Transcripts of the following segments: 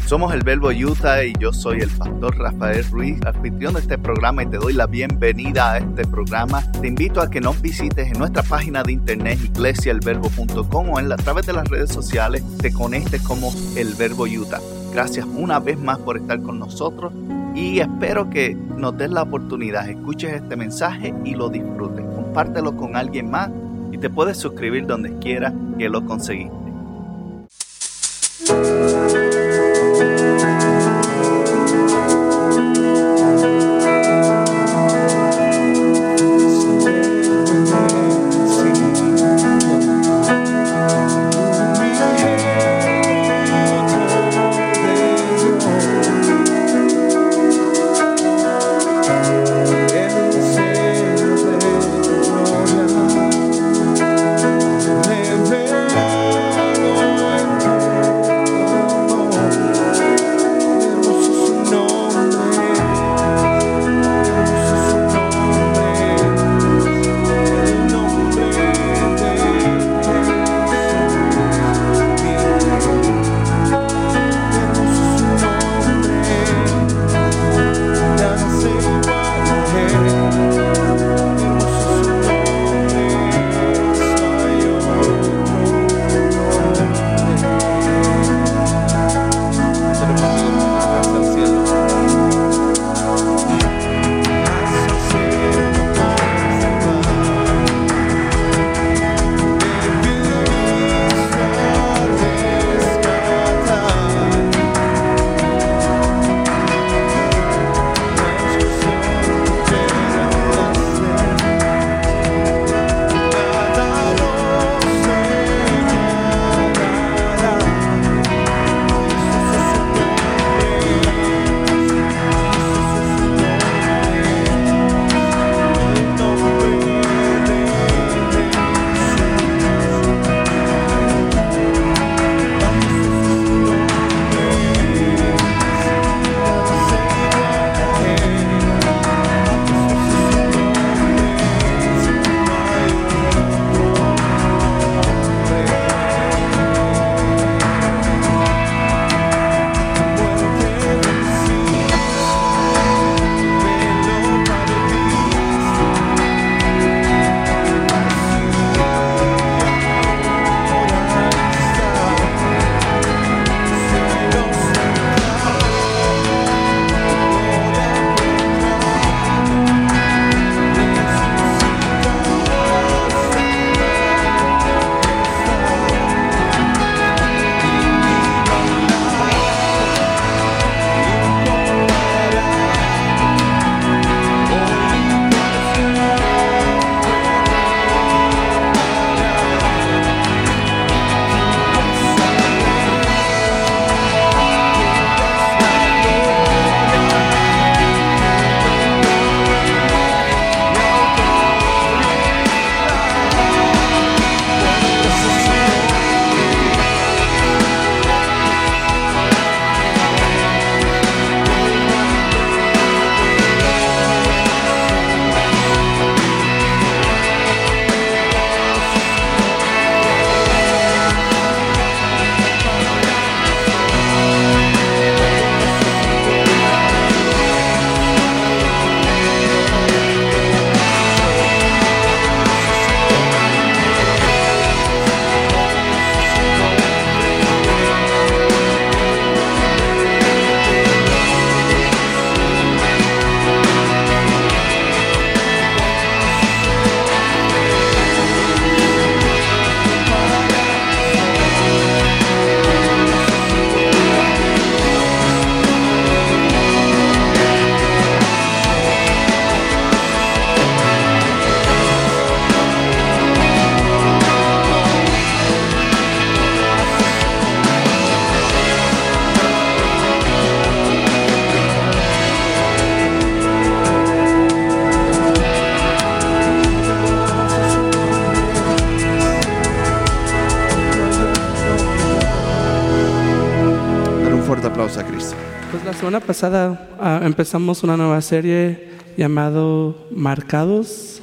Somos el Verbo Utah y yo soy el pastor Rafael Ruiz, anfitrión de este programa, y te doy la bienvenida a este programa. Te invito a que nos visites en nuestra página de internet iglesiaelverbo.com o a través de las redes sociales te conectes como el Verbo Utah. Gracias una vez más por estar con nosotros y espero que nos des la oportunidad, escuches este mensaje y lo disfrutes. Compártelo con alguien más y te puedes suscribir donde quiera que lo conseguiste. aplauso a Cristo. Pues la semana pasada empezamos una nueva serie llamado Marcados,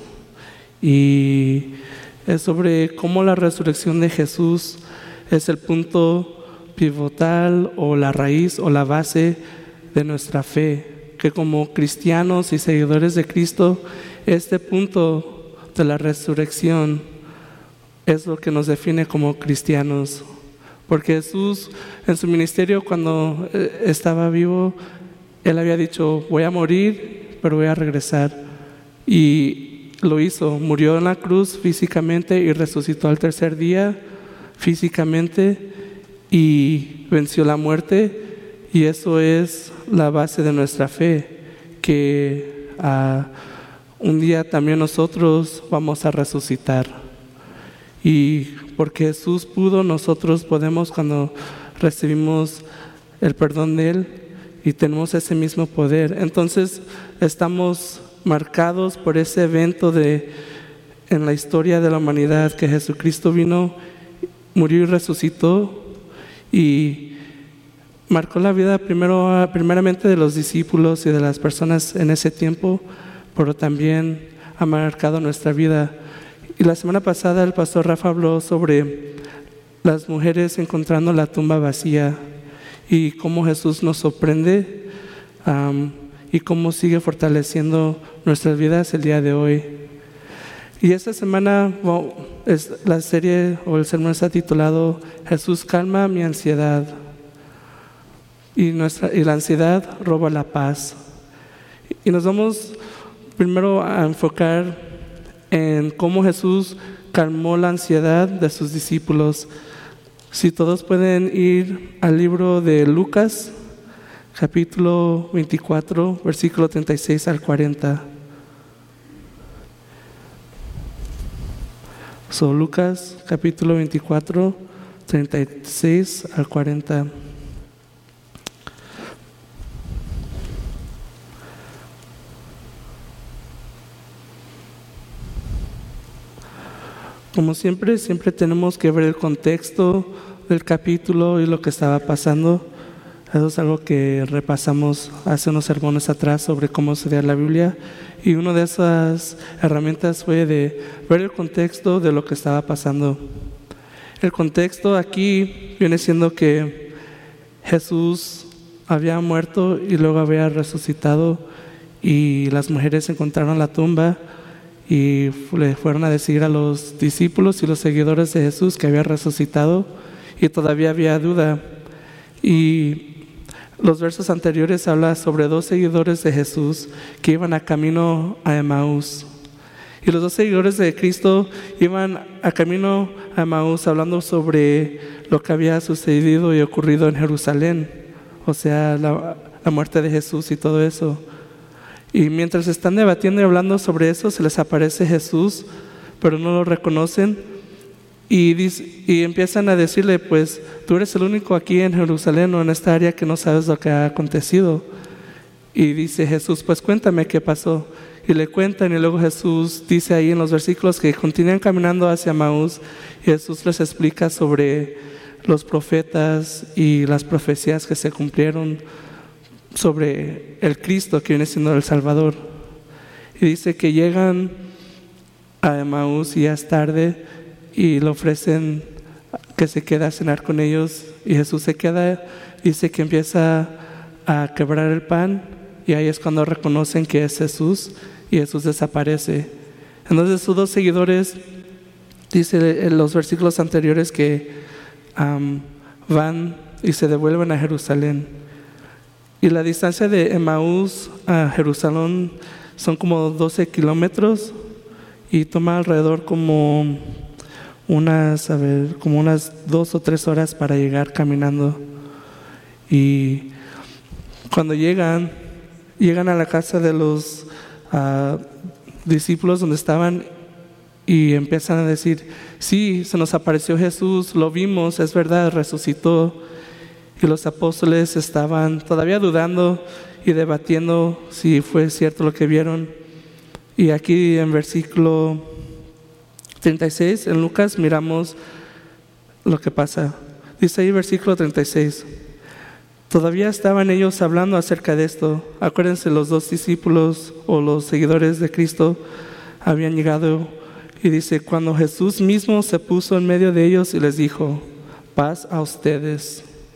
y es sobre cómo la resurrección de Jesús es el punto pivotal o la raíz o la base de nuestra fe, que como cristianos y seguidores de Cristo, este punto de la resurrección es lo que nos define como cristianos. Porque Jesús en su ministerio, cuando estaba vivo, Él había dicho: voy a morir, pero voy a regresar. Y lo hizo, murió en la cruz físicamente y resucitó al tercer día físicamente y venció la muerte. Y eso es la base de nuestra fe, que un día también nosotros vamos a resucitar. Y porque Jesús pudo, nosotros podemos cuando recibimos el perdón de Él y tenemos ese mismo poder. Entonces estamos marcados por ese evento en la historia de la humanidad, que Jesucristo vino, murió y resucitó, y marcó la vida primeramente de los discípulos y de las personas en ese tiempo, pero también ha marcado nuestra vida. Y la semana pasada el pastor Rafa habló sobre las mujeres encontrando la tumba vacía y cómo Jesús nos sorprende y cómo sigue fortaleciendo nuestras vidas el día de hoy. Y esta semana la serie o el sermón está titulado Jesús calma mi ansiedad. Y la ansiedad roba la paz. Y nos vamos primero a enfocar en cómo Jesús calmó la ansiedad de sus discípulos. Si todos pueden ir al libro de Lucas, capítulo 24, versículo 36 al 40. Lucas, capítulo 24, 36 al 40. Como siempre tenemos que ver el contexto del capítulo y lo que estaba pasando. Eso es algo que repasamos hace unos sermones atrás sobre cómo estudiar la Biblia. Y una de esas herramientas fue de ver el contexto de lo que estaba pasando. El contexto aquí viene siendo que Jesús había muerto y luego había resucitado, y las mujeres encontraron la tumba y le fueron a decir a los discípulos y los seguidores de Jesús que había resucitado, y todavía había duda. Y los versos anteriores hablan sobre dos seguidores de Jesús que iban a camino a Emaús. Y los dos seguidores de Cristo iban a camino a Emaús hablando sobre lo que había sucedido y ocurrido en Jerusalén, o sea, la muerte de Jesús y todo eso. Y mientras están debatiendo y hablando sobre eso, se les aparece Jesús, pero no lo reconocen. Y empiezan a decirle: pues tú eres el único aquí en Jerusalén o en esta área que no sabes lo que ha acontecido. Y dice Jesús: pues cuéntame qué pasó. Y le cuentan, y luego Jesús dice ahí en los versículos que continúan caminando hacia Emaús, y Jesús les explica sobre los profetas y las profecías que se cumplieron sobre el Cristo que viene siendo el Salvador. Y dice que llegan a Emaús y ya es tarde, y le ofrecen que se quede a cenar con ellos, y Jesús se queda. Dice que empieza a quebrar el pan, y ahí es cuando reconocen que es Jesús, y Jesús desaparece. Entonces sus dos seguidores, dice en los versículos anteriores, que van y se devuelven a Jerusalén. Y la distancia de Emaús a Jerusalén son como 12 kilómetros, y toma alrededor como unas 2 o 3 horas para llegar caminando. Y cuando llegan a la casa de los discípulos donde estaban, y empiezan a decir: sí, se nos apareció Jesús, lo vimos, es verdad, resucitó. Y los apóstoles estaban todavía dudando y debatiendo si fue cierto lo que vieron. Y aquí en versículo 36, en Lucas, miramos lo que pasa. Dice ahí versículo 36: todavía estaban ellos hablando acerca de esto. Acuérdense, los dos discípulos o los seguidores de Cristo habían llegado, y dice: cuando Jesús mismo se puso en medio de ellos y les dijo: paz a ustedes.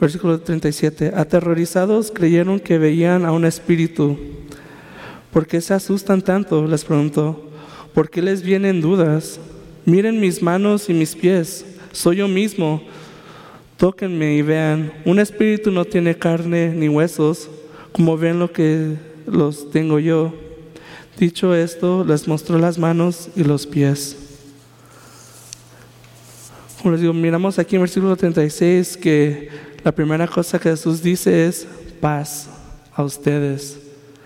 Versículo 37. Aterrorizados creyeron que veían a un espíritu. ¿Por qué se asustan tanto?, les preguntó. ¿Por qué les vienen dudas? Miren mis manos y mis pies, soy yo mismo. Tóquenme y vean. Un espíritu no tiene carne ni huesos, como ven lo que los tengo yo. Dicho esto, les mostró las manos y los pies. Como les digo, miramos aquí en versículo 36 que la primera cosa que Jesús dice es paz a ustedes.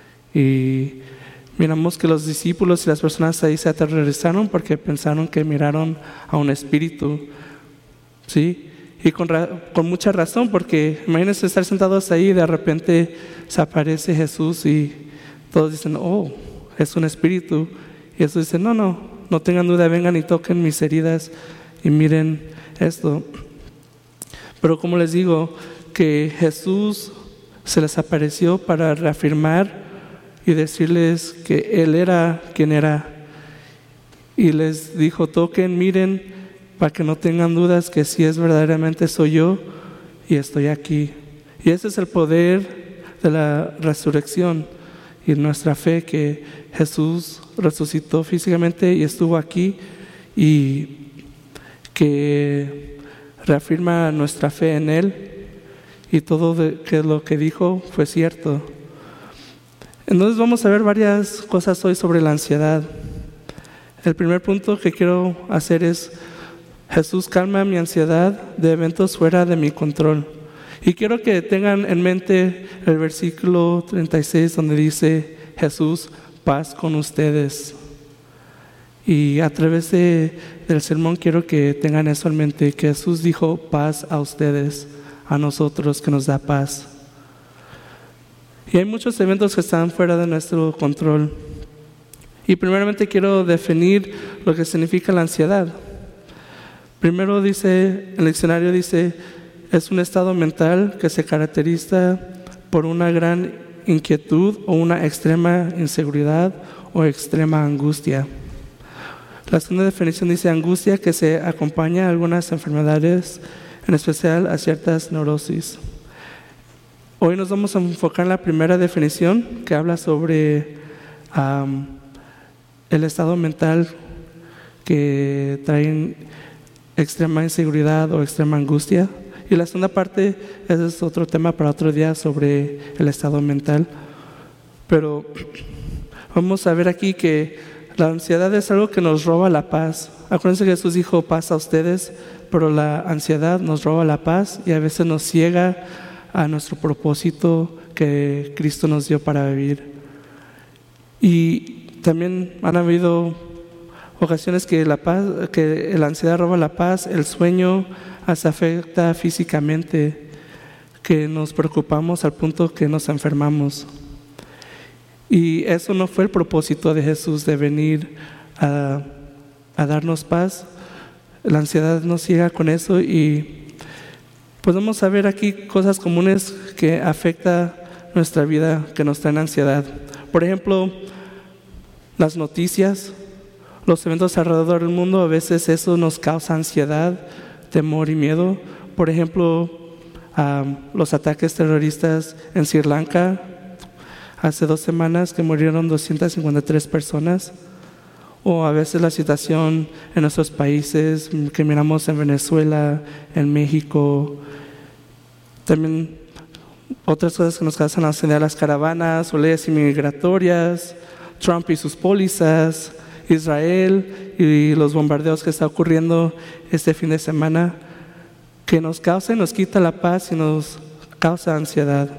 Y miramos que los discípulos y las personas ahí se aterrorizaron porque pensaron que miraron a un espíritu, ¿sí? Y con mucha razón, porque imagínense estar sentados ahí y de repente se aparece Jesús y todos dicen, oh, es un espíritu. Y Jesús dice, no tengan duda, vengan y toquen mis heridas y miren esto. Pero como les digo, que Jesús se les apareció para reafirmar y decirles que Él era quien era. Y les dijo, toquen, miren, para que no tengan dudas que sí es verdaderamente soy yo y estoy aquí. Y ese es el poder de la resurrección y nuestra fe, que Jesús resucitó físicamente y estuvo aquí, y que reafirma nuestra fe en Él, y todo que lo que dijo fue cierto. Entonces vamos a ver varias cosas hoy sobre la ansiedad. El primer punto que quiero hacer es: Jesús calma mi ansiedad de eventos fuera de mi control. Y quiero que tengan en mente el versículo 36 donde dice Jesús, paz con ustedes. Y a través del sermón quiero que tengan eso en mente, que Jesús dijo paz a ustedes, a nosotros, que nos da paz. Y hay muchos eventos que están fuera de nuestro control. Y primeramente quiero definir lo que significa la ansiedad. Primero dice, el diccionario dice, es un estado mental que se caracteriza por una gran inquietud o una extrema inseguridad o extrema angustia. La segunda definición dice angustia que se acompaña a algunas enfermedades, en especial a ciertas neurosis. Hoy nos vamos a enfocar en la primera definición, que habla sobre el estado mental que trae extrema inseguridad o extrema angustia. Y la segunda parte, ese es otro tema para otro día, sobre el estado mental. Pero vamos a ver aquí que la ansiedad es algo que nos roba la paz. Acuérdense que Jesús dijo paz a ustedes, pero la ansiedad nos roba la paz y a veces nos ciega a nuestro propósito que Cristo nos dio para vivir. Y también han habido ocasiones que la ansiedad roba la paz, el sueño hasta afecta físicamente, que nos preocupamos al punto que nos enfermamos. Y eso no fue el propósito de Jesús, de venir a darnos paz. La ansiedad nos ciega con eso, y pues vamos a ver aquí cosas comunes que afectan nuestra vida, que nos traen ansiedad. Por ejemplo, las noticias, los eventos alrededor del mundo, a veces eso nos causa ansiedad, temor y miedo. Por ejemplo, los ataques terroristas en Sri Lanka, hace 2 semanas que murieron 253 personas. O a veces la situación en nuestros países que miramos en Venezuela, en México. También otras cosas que nos causan ansiedad, las caravanas o leyes inmigratorias, Trump y sus pólizas, Israel y los bombardeos que está ocurriendo este fin de semana, que nos causa y nos quita la paz y nos causa ansiedad.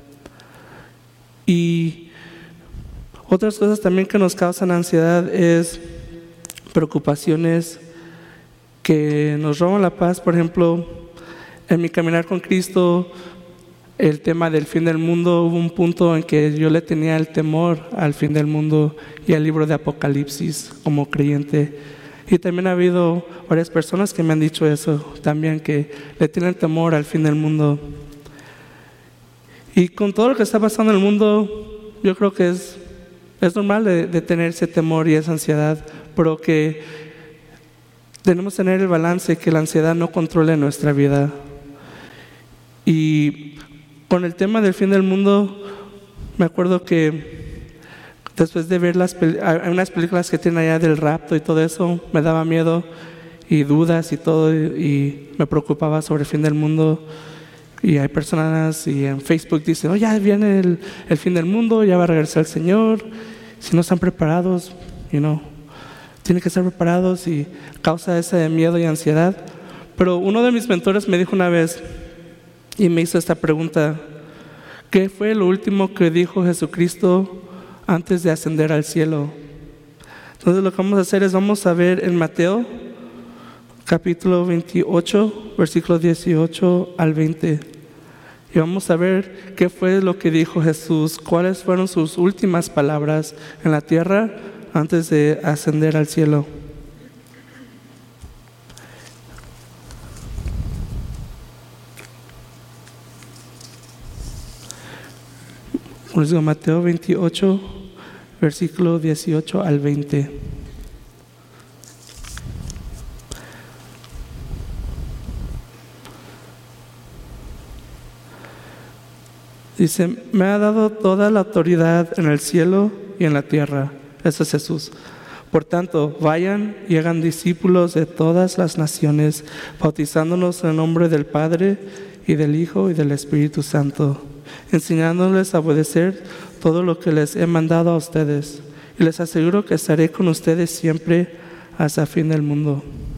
Y otras cosas también que nos causan ansiedad es preocupaciones que nos roban la paz. Por ejemplo, en mi caminar con Cristo, el tema del fin del mundo, hubo un punto en que yo le tenía el temor al fin del mundo y al libro de Apocalipsis como creyente. Y también ha habido varias personas que me han dicho eso también, que le tienen temor al fin del mundo. Y con todo lo que está pasando en el mundo, yo creo que es normal de tener ese temor y esa ansiedad, pero que debemos tener el balance, que la ansiedad no controle nuestra vida. Y con el tema del fin del mundo, me acuerdo que después de ver hay unas películas que tienen allá del rapto y todo eso, me daba miedo y dudas y todo, y me preocupaba sobre el fin del mundo. Y hay personas y en Facebook dicen, oh, ya viene el fin del mundo, ya va a regresar el Señor. Si no están preparados, tienen que estar preparados, y causa ese miedo y ansiedad. Pero uno de mis mentores me dijo una vez y me hizo esta pregunta: ¿qué fue lo último que dijo Jesucristo antes de ascender al cielo? Entonces lo que vamos a hacer es, vamos a ver en Mateo capítulo 28, versículos 18 al 20. Y vamos a ver qué fue lo que dijo Jesús, cuáles fueron sus últimas palabras en la tierra antes de ascender al cielo. Les digo, Mateo 28, versículo 18 al 20. Dice: me ha dado toda la autoridad en el cielo y en la tierra. Eso es Jesús. Por tanto, vayan y hagan discípulos de todas las naciones, bautizándolos en el nombre del Padre y del Hijo y del Espíritu Santo, enseñándoles a obedecer todo lo que les he mandado a ustedes. Y les aseguro que estaré con ustedes siempre hasta el fin del mundo.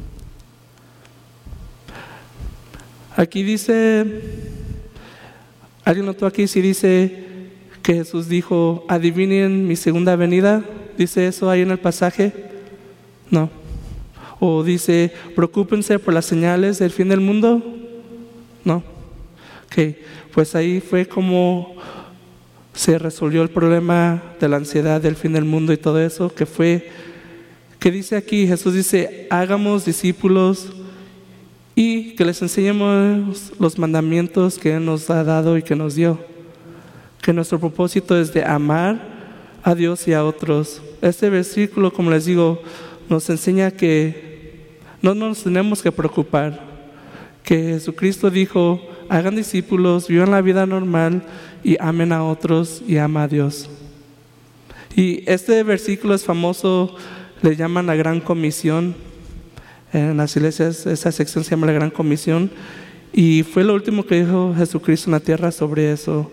Aquí dice... ¿Alguien notó aquí si dice que Jesús dijo, adivinen mi segunda venida? ¿Dice eso ahí en el pasaje? No. ¿O dice, preocúpense por las señales del fin del mundo? No. Ok, pues ahí fue como se resolvió el problema de la ansiedad del fin del mundo y todo eso, que dice aquí, Jesús dice, hagamos discípulos y que les enseñemos los mandamientos que Él nos ha dado y que nos dio. Que nuestro propósito es de amar a Dios y a otros. Este versículo, como les digo, nos enseña que no nos tenemos que preocupar. Que Jesucristo dijo, hagan discípulos, vivan la vida normal y amen a otros y amen a Dios. Y este versículo es famoso, le llaman la Gran Comisión. En las iglesias esa sección se llama la Gran Comisión, y fue lo último que dijo Jesucristo en la tierra sobre eso.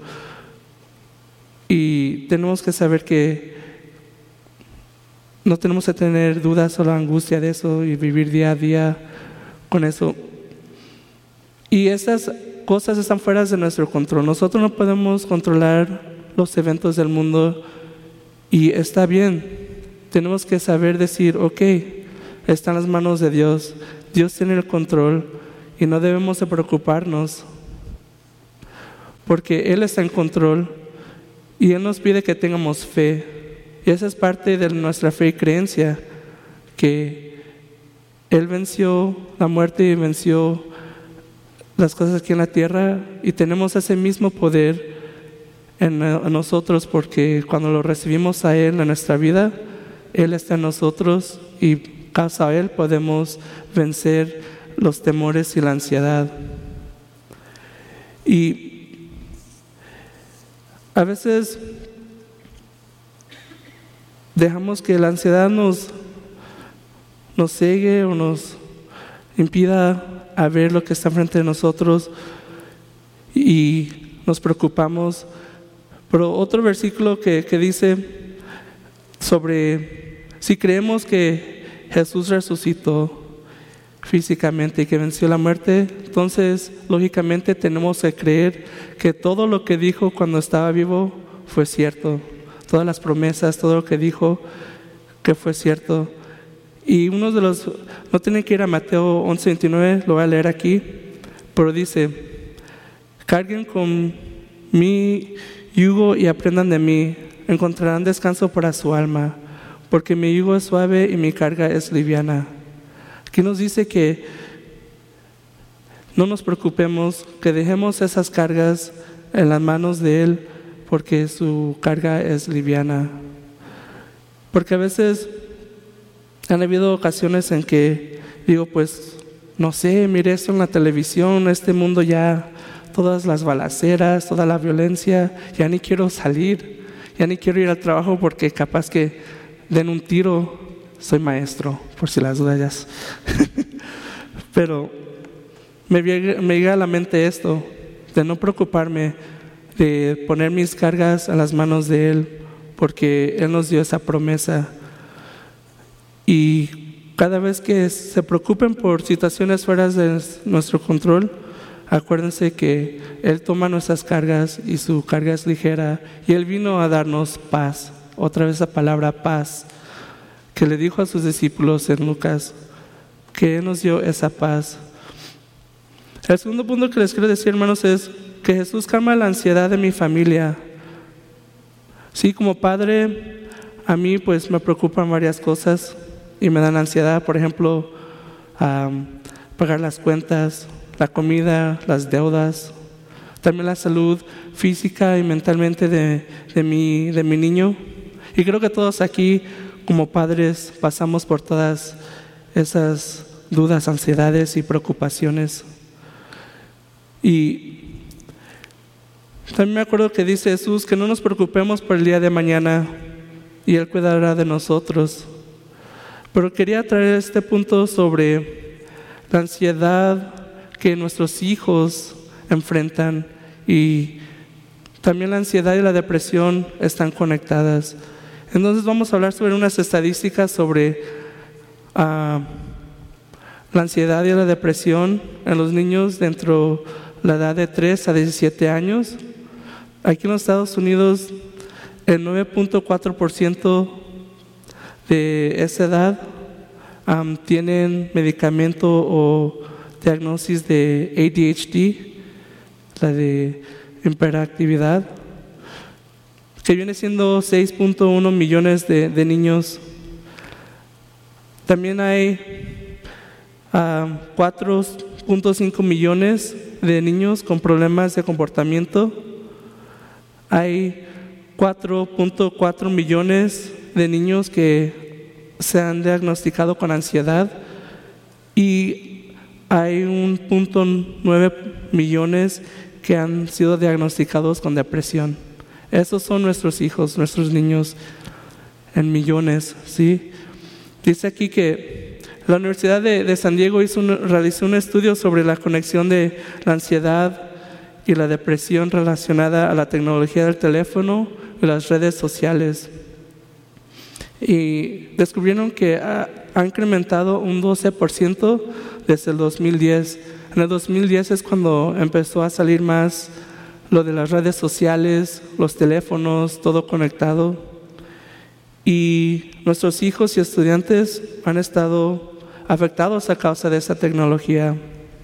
Y tenemos que saber que no tenemos que tener dudas o la angustia de eso y vivir día a día con eso. Y esas cosas están fuera de nuestro control. Nosotros no podemos controlar los eventos del mundo, y está bien. Tenemos que saber decir, ok, está en las manos de Dios. Dios tiene el control y no debemos de preocuparnos, porque Él está en control y Él nos pide que tengamos fe. Y esa es parte de nuestra fe y creencia, que Él venció la muerte y venció las cosas aquí en la tierra, y tenemos ese mismo poder en nosotros, porque cuando lo recibimos a Él en nuestra vida, Él está en nosotros, y gracias a Él podemos vencer los temores y la ansiedad. Y a veces dejamos que la ansiedad nos cegue o nos impida a ver lo que está enfrente de nosotros, y nos preocupamos. Pero otro versículo que dice sobre, si creemos que Jesús resucitó físicamente y que venció la muerte, entonces lógicamente tenemos que creer que todo lo que dijo cuando estaba vivo fue cierto. Todas las promesas, todo lo que dijo que fue cierto. Y uno de los, no tienen que ir a Mateo 11:29, lo voy a leer aquí, pero dice, carguen con mi yugo y aprendan de mí, encontrarán descanso para su alma, porque mi yugo es suave y mi carga es liviana. Aquí nos dice que no nos preocupemos, que dejemos esas cargas en las manos de Él, porque su carga es liviana. Porque a veces han habido ocasiones en que digo, pues, no sé, mire esto en la televisión, este mundo ya todas las balaceras, toda la violencia. Ya ni quiero salir, ya ni quiero ir al trabajo porque capaz que den un tiro. Soy maestro, por si las dudas. Pero me llega a la mente esto, de no preocuparme, de poner mis cargas a las manos de Él, porque Él nos dio esa promesa. Y cada vez que se preocupen por situaciones fuera de nuestro control, acuérdense que Él toma nuestras cargas y su carga es ligera, y Él vino a darnos paz. Otra vez la palabra paz, que le dijo a sus discípulos en Lucas, que Él nos dio esa paz. El segundo punto que les quiero decir, hermanos, es que Jesús calma la ansiedad de mi familia. Sí, como padre, a mí pues me preocupan varias cosas y me dan ansiedad. Por ejemplo, pagar las cuentas, la comida, las deudas, también la salud física y mentalmente de mi niño. Y creo que todos aquí como padres pasamos por todas esas dudas, ansiedades y preocupaciones. Y también me acuerdo que dice Jesús que no nos preocupemos por el día de mañana y Él cuidará de nosotros. Pero quería traer este punto sobre la ansiedad que nuestros hijos enfrentan, y también la ansiedad y la depresión están conectadas. Entonces vamos a hablar sobre unas estadísticas sobre la ansiedad y la depresión en los niños dentro de la edad de 3 a 17 años. Aquí en los Estados Unidos, el 9.4% de esa edad tienen medicamento o diagnosis de ADHD, la de hiperactividad, que viene siendo 6.1 millones de niños. También hay 4.5 millones de niños con problemas de comportamiento. Hay 4.4 millones de niños que se han diagnosticado con ansiedad, y hay 1.9 millones que han sido diagnosticados con depresión. Esos son nuestros hijos, nuestros niños en millones, ¿sí? Dice aquí que la Universidad de San Diego realizó un estudio sobre la conexión de la ansiedad y la depresión relacionada a la tecnología del teléfono y las redes sociales. Y descubrieron que ha incrementado un 12% desde el 2010. En el 2010 es cuando empezó a salir más lo de las redes sociales, los teléfonos, todo conectado. Y nuestros hijos y estudiantes han estado afectados a causa de esa tecnología.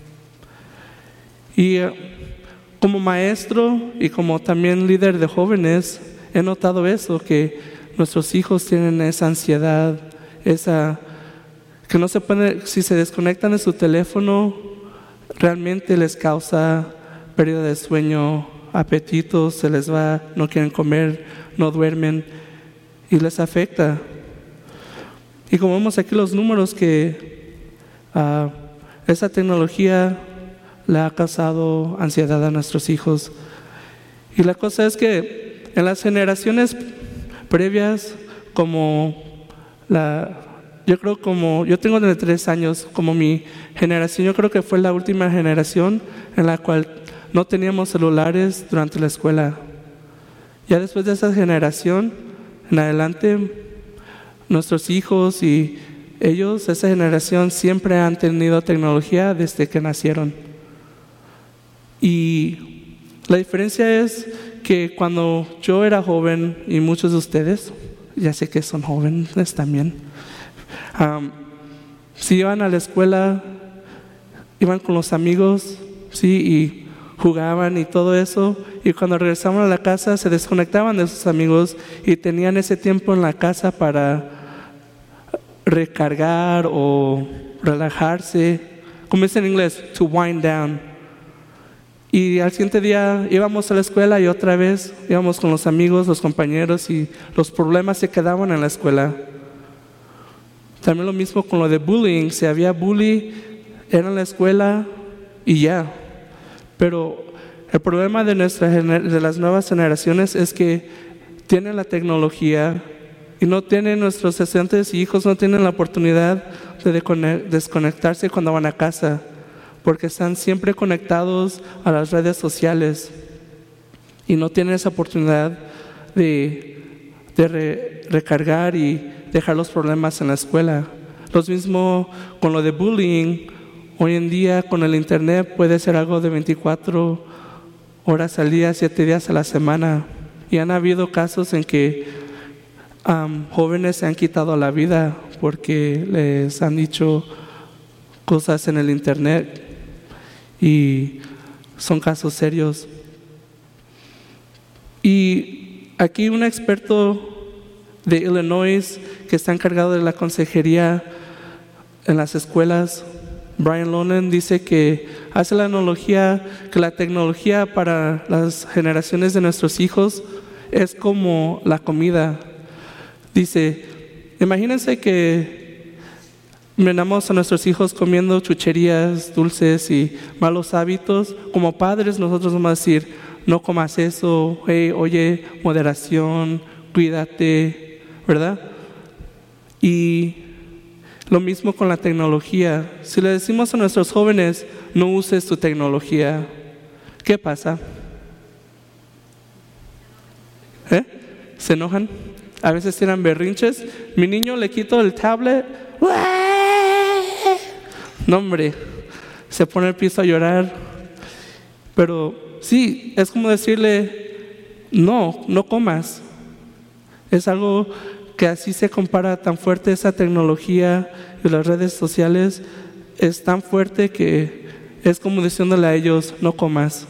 Y como maestro y como también líder de jóvenes, he notado eso, que nuestros hijos tienen esa ansiedad, que no se puede, si se desconectan de su teléfono, realmente les causa pérdida de sueño, apetitos, se les va, no quieren comer, no duermen, y les afecta. Y como vemos aquí los números, que esa tecnología le ha causado ansiedad a nuestros hijos. Y la cosa es que en las generaciones previas, yo tengo de 3 años, como mi generación, yo creo que fue la última generación en la cual no teníamos celulares durante la escuela. Ya después de esa generación en adelante, nuestros hijos y ellos, esa generación, siempre han tenido tecnología desde que nacieron. Y la diferencia es que cuando yo era joven, y muchos de ustedes, ya sé que son jóvenes también, si iban a la escuela, iban con los amigos, sí, y jugaban y todo eso, y cuando regresaban a la casa se desconectaban de sus amigos y tenían ese tiempo en la casa para recargar o relajarse, como dice en inglés, to wind down. Y al siguiente día íbamos a la escuela y otra vez íbamos con los amigos, los compañeros, y los problemas se quedaban en la escuela. También lo mismo con lo de bullying. Si había bullying, era en la escuela y ya. Pero El problema de las nuevas generaciones es que tienen la tecnología y no tienen, nuestros estudiantes y hijos no tienen la oportunidad de desconectarse cuando van a casa, porque están siempre conectados a las redes sociales y no tienen esa oportunidad de recargar y dejar los problemas en la escuela. Lo mismo con lo de bullying. Hoy en día con el internet puede ser algo de 24 horas al día, 7 días a la semana. Y han habido casos en que jóvenes se han quitado la vida porque les han dicho cosas en el internet, y son casos serios. Y aquí un experto de Illinois que está encargado de la consejería en las escuelas, Brian Lonan, dice que hace la analogía que la tecnología para las generaciones de nuestros hijos es como la comida. Dice, imagínense que miramos a nuestros hijos comiendo chucherías, dulces y malos hábitos. Como padres nosotros vamos a decir, no comas eso, hey, oye, moderación, cuídate, ¿verdad? Y lo mismo con la tecnología. Si le decimos a nuestros jóvenes, no uses tu tecnología, ¿qué pasa? ¿Se enojan? A veces tienen berrinches. Mi niño le quito el tablet. No, hombre, se pone al piso a llorar. Pero sí, es como decirle, no comas. Es algo que así se compara tan fuerte. Esa tecnología y las redes sociales es tan fuerte que es como diciéndole a ellos, no comas.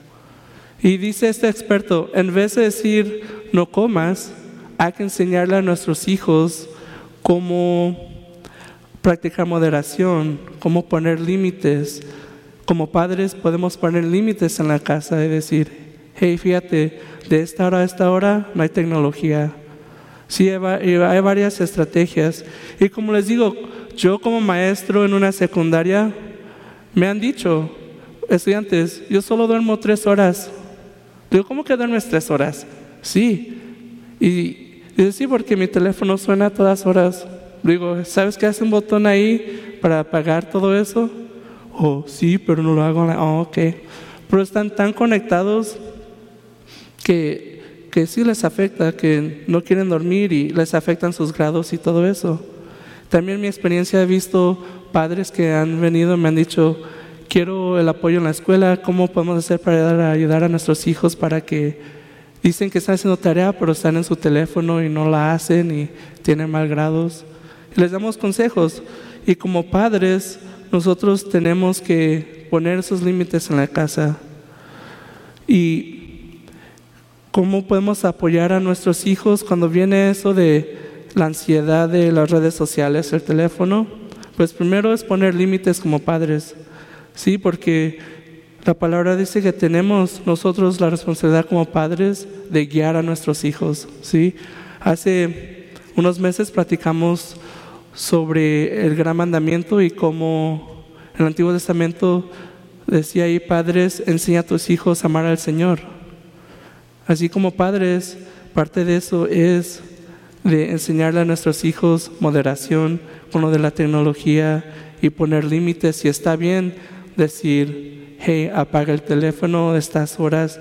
Y dice este experto, en vez de decir no comas, hay que enseñarle a nuestros hijos cómo practicar moderación, cómo poner límites. Como padres podemos poner límites en la casa y decir, hey, fíjate, de esta hora a esta hora no hay tecnología. Sí, hay varias estrategias. Y como les digo, yo como maestro en una secundaria, me han dicho, estudiantes, yo solo duermo 3 horas. Digo, ¿cómo que duermes 3 horas? Sí. Y dice, sí, porque mi teléfono suena a todas horas. Digo, ¿sabes que hace un botón ahí para apagar todo eso? Oh, sí, pero no lo hago. Oh, ok. Pero están tan conectados que sí les afecta, que no quieren dormir y les afectan sus grados y todo eso. También en mi experiencia he visto padres que han venido y me han dicho, quiero el apoyo en la escuela, ¿cómo podemos hacer para ayudar a nuestros hijos para que dicen que están haciendo tarea pero están en su teléfono y no la hacen y tienen mal grados? Y les damos consejos, y como padres nosotros tenemos que poner esos límites en la casa. Y ¿cómo podemos apoyar a nuestros hijos cuando viene eso de la ansiedad de las redes sociales, el teléfono? Pues primero es poner límites como padres, sí, porque la palabra dice que tenemos nosotros la responsabilidad como padres de guiar a nuestros hijos, sí. Hace unos meses platicamos sobre el gran mandamiento y cómo en el Antiguo Testamento decía ahí, padres, enseña a tus hijos a amar al Señor. Así como padres, parte de eso es de enseñarle a nuestros hijos moderación con lo de la tecnología y poner límites. Si está bien decir, hey, apaga el teléfono a estas horas,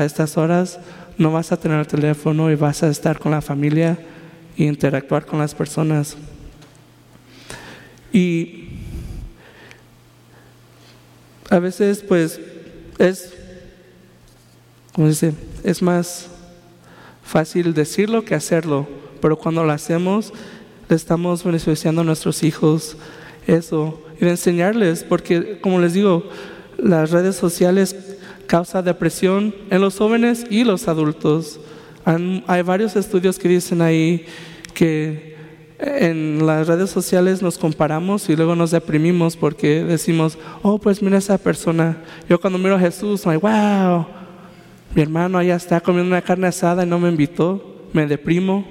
no vas a tener el teléfono y vas a estar con la familia e interactuar con las personas. Y a veces pues es más fácil decirlo que hacerlo, pero cuando lo hacemos le estamos beneficiando a nuestros hijos eso, y de enseñarles, porque como les digo, las redes sociales causan depresión en los jóvenes y los adultos. Hay varios estudios que dicen ahí que en las redes sociales nos comparamos y luego nos deprimimos porque decimos, oh, pues mira esa persona. Yo cuando miro a Jesús, soy wow, mi hermano allá está comiendo una carne asada y no me invitó, me deprimo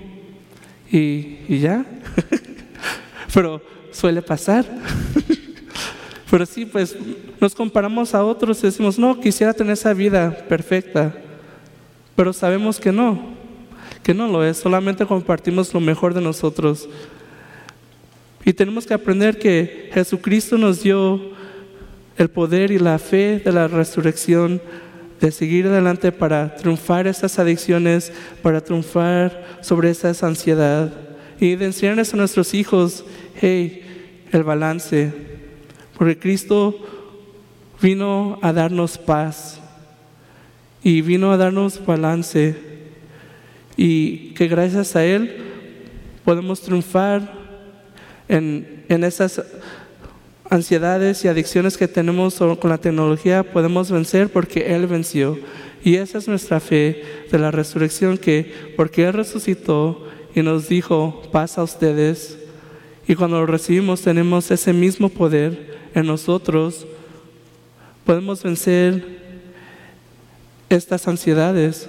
y ya. Pero suele pasar. Pero sí, pues nos comparamos a otros y decimos, no, quisiera tener esa vida perfecta, pero sabemos que no lo es, solamente compartimos lo mejor de nosotros. Y tenemos que aprender que Jesucristo nos dio el poder y la fe de la resurrección, de seguir adelante para triunfar esas adicciones, para triunfar sobre esa ansiedad y de enseñarles a nuestros hijos, hey, el balance, porque Cristo vino a darnos paz y vino a darnos balance, y que gracias a Él podemos triunfar en esas ansiedades y adicciones que tenemos con la tecnología. Podemos vencer porque Él venció, y esa es nuestra fe de la resurrección, que porque Él resucitó y nos dijo paz a ustedes, y cuando lo recibimos tenemos ese mismo poder en nosotros, podemos vencer estas ansiedades.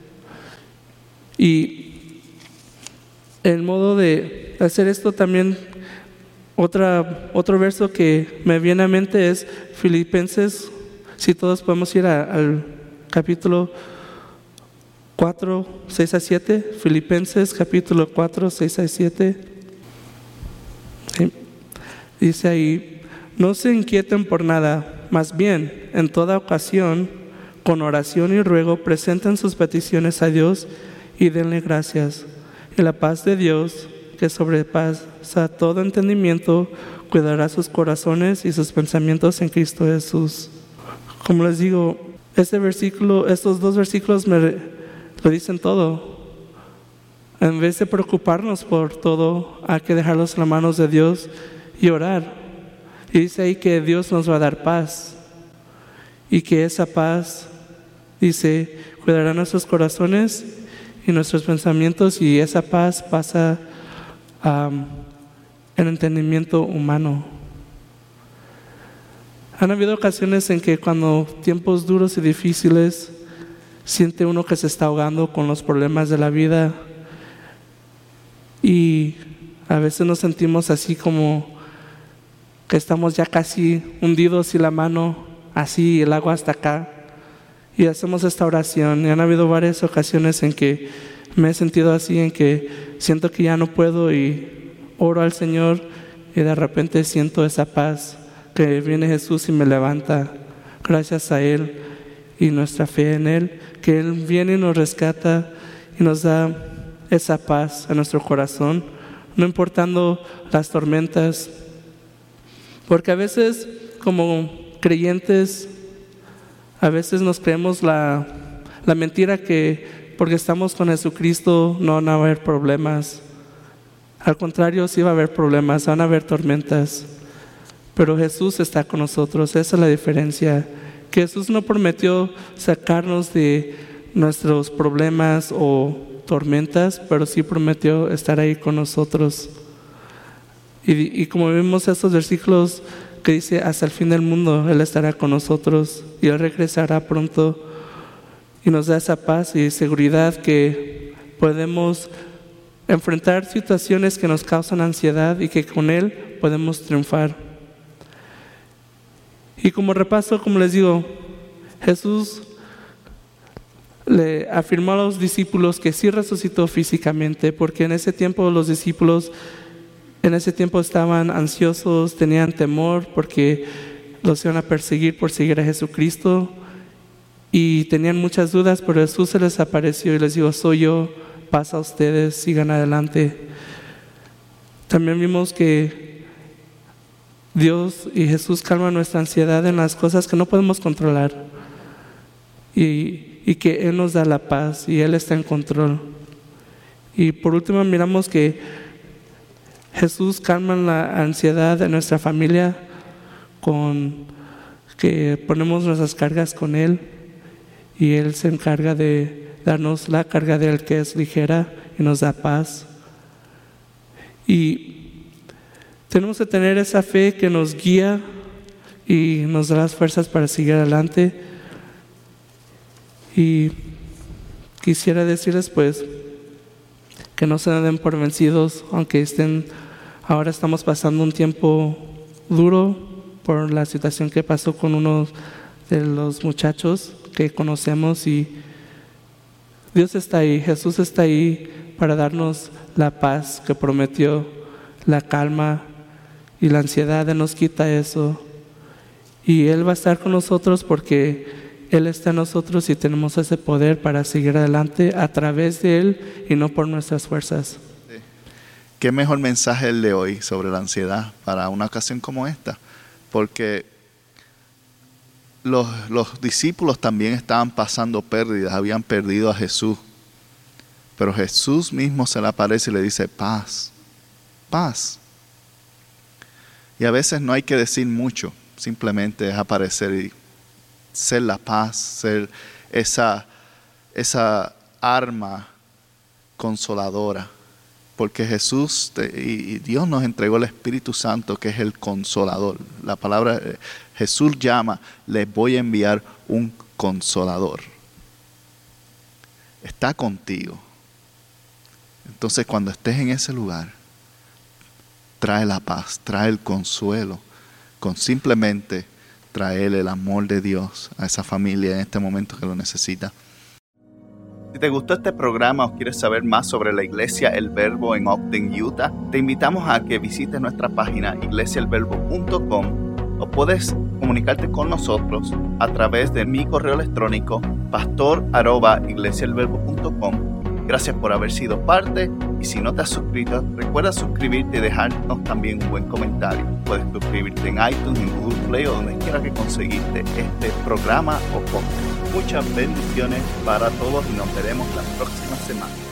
Y el modo de hacer esto también, otro verso que me viene a mente es Filipenses. Si todos podemos ir al capítulo 4, 6 a 7, Filipenses capítulo 4, 6 a 7. ¿Sí? Dice ahí: no se inquieten por nada, más bien, en toda ocasión, con oración y ruego, presenten sus peticiones a Dios y denle gracias. Y la paz de Dios, que sobrepasa todo entendimiento, cuidará sus corazones y sus pensamientos en Cristo Jesús. Como les digo, estos dos versículos lo dicen todo. En vez de preocuparnos por todo, hay que dejarlos en las manos de Dios y orar. Y dice ahí que Dios nos va a dar paz, y que esa paz, dice, cuidará nuestros corazones y nuestros pensamientos, y esa paz pasa el entendimiento humano. Han habido ocasiones en que cuando tiempos duros y difíciles siente uno que se está ahogando con los problemas de la vida, y a veces nos sentimos así como que estamos ya casi hundidos y la mano así, el agua hasta acá, y hacemos esta oración. Y han habido varias ocasiones en que me he sentido así, en que siento que ya no puedo, y oro al Señor, y de repente siento esa paz que viene Jesús y me levanta, gracias a Él y nuestra fe en Él, que Él viene y nos rescata y nos da esa paz a nuestro corazón, no importando las tormentas. Porque a veces, como creyentes, a veces nos creemos la mentira que porque estamos con Jesucristo no van a haber problemas. Al contrario, sí va a haber problemas, van a haber tormentas, pero Jesús está con nosotros. Esa es la diferencia, que Jesús no prometió sacarnos de nuestros problemas o tormentas, pero sí prometió estar ahí con nosotros. Y como vimos estos versículos que dice, hasta el fin del mundo Él estará con nosotros, y Él regresará pronto, y nos da esa paz y seguridad que podemos enfrentar situaciones que nos causan ansiedad, y que con Él podemos triunfar. Y como repaso, como les digo, Jesús le afirmó a los discípulos que sí resucitó físicamente, porque en ese tiempo los discípulos estaban ansiosos, tenían temor porque los iban a perseguir por seguir a Jesucristo, y tenían muchas dudas, pero Jesús se les apareció y les dijo: soy yo, paz a ustedes, sigan adelante. También vimos que Dios y Jesús calman nuestra ansiedad en las cosas que no podemos controlar, y que Él nos da la paz y Él está en control. Y por último miramos que Jesús calma la ansiedad de nuestra familia con que ponemos nuestras cargas con Él, y Él se encarga de darnos la carga de Él, que es ligera, y nos da paz. Y tenemos que tener esa fe que nos guía y nos da las fuerzas para seguir adelante. Y quisiera decirles pues que no se den por vencidos, aunque ahora estamos pasando un tiempo duro, por la situación que pasó con uno de los muchachos que conocemos, y Dios está ahí, Jesús está ahí para darnos la paz que prometió, la calma, y la ansiedad. Él nos quita eso, y Él va a estar con nosotros porque Él está en nosotros y tenemos ese poder para seguir adelante a través de Él y no por nuestras fuerzas. ¿Qué mejor mensaje el de hoy sobre la ansiedad para una ocasión como esta? Porque los discípulos también estaban pasando pérdidas, habían perdido a Jesús. Pero Jesús mismo se le aparece y le dice: paz, paz. Y a veces no hay que decir mucho, simplemente es aparecer y ser la paz, ser esa arma consoladora. Porque Jesús y Dios nos entregó el Espíritu Santo, que es el consolador. La palabra Jesús llama: les voy a enviar un consolador. Está contigo. Entonces, cuando estés en ese lugar, trae la paz, trae el consuelo, con simplemente traer el amor de Dios a esa familia en este momento que lo necesita. Si te gustó este programa o quieres saber más sobre la Iglesia El Verbo en Ogden, Utah, te invitamos a que visites nuestra página iglesiaelverbo.com, o puedes comunicarte con nosotros a través de mi correo electrónico pastor@iglesiaelverbo.com. Gracias por haber sido parte, y si no te has suscrito, recuerda suscribirte y dejarnos también un buen comentario. Puedes suscribirte en iTunes, en Google Play o donde quiera que conseguiste este programa o podcast. Muchas bendiciones para todos y nos veremos la próxima semana.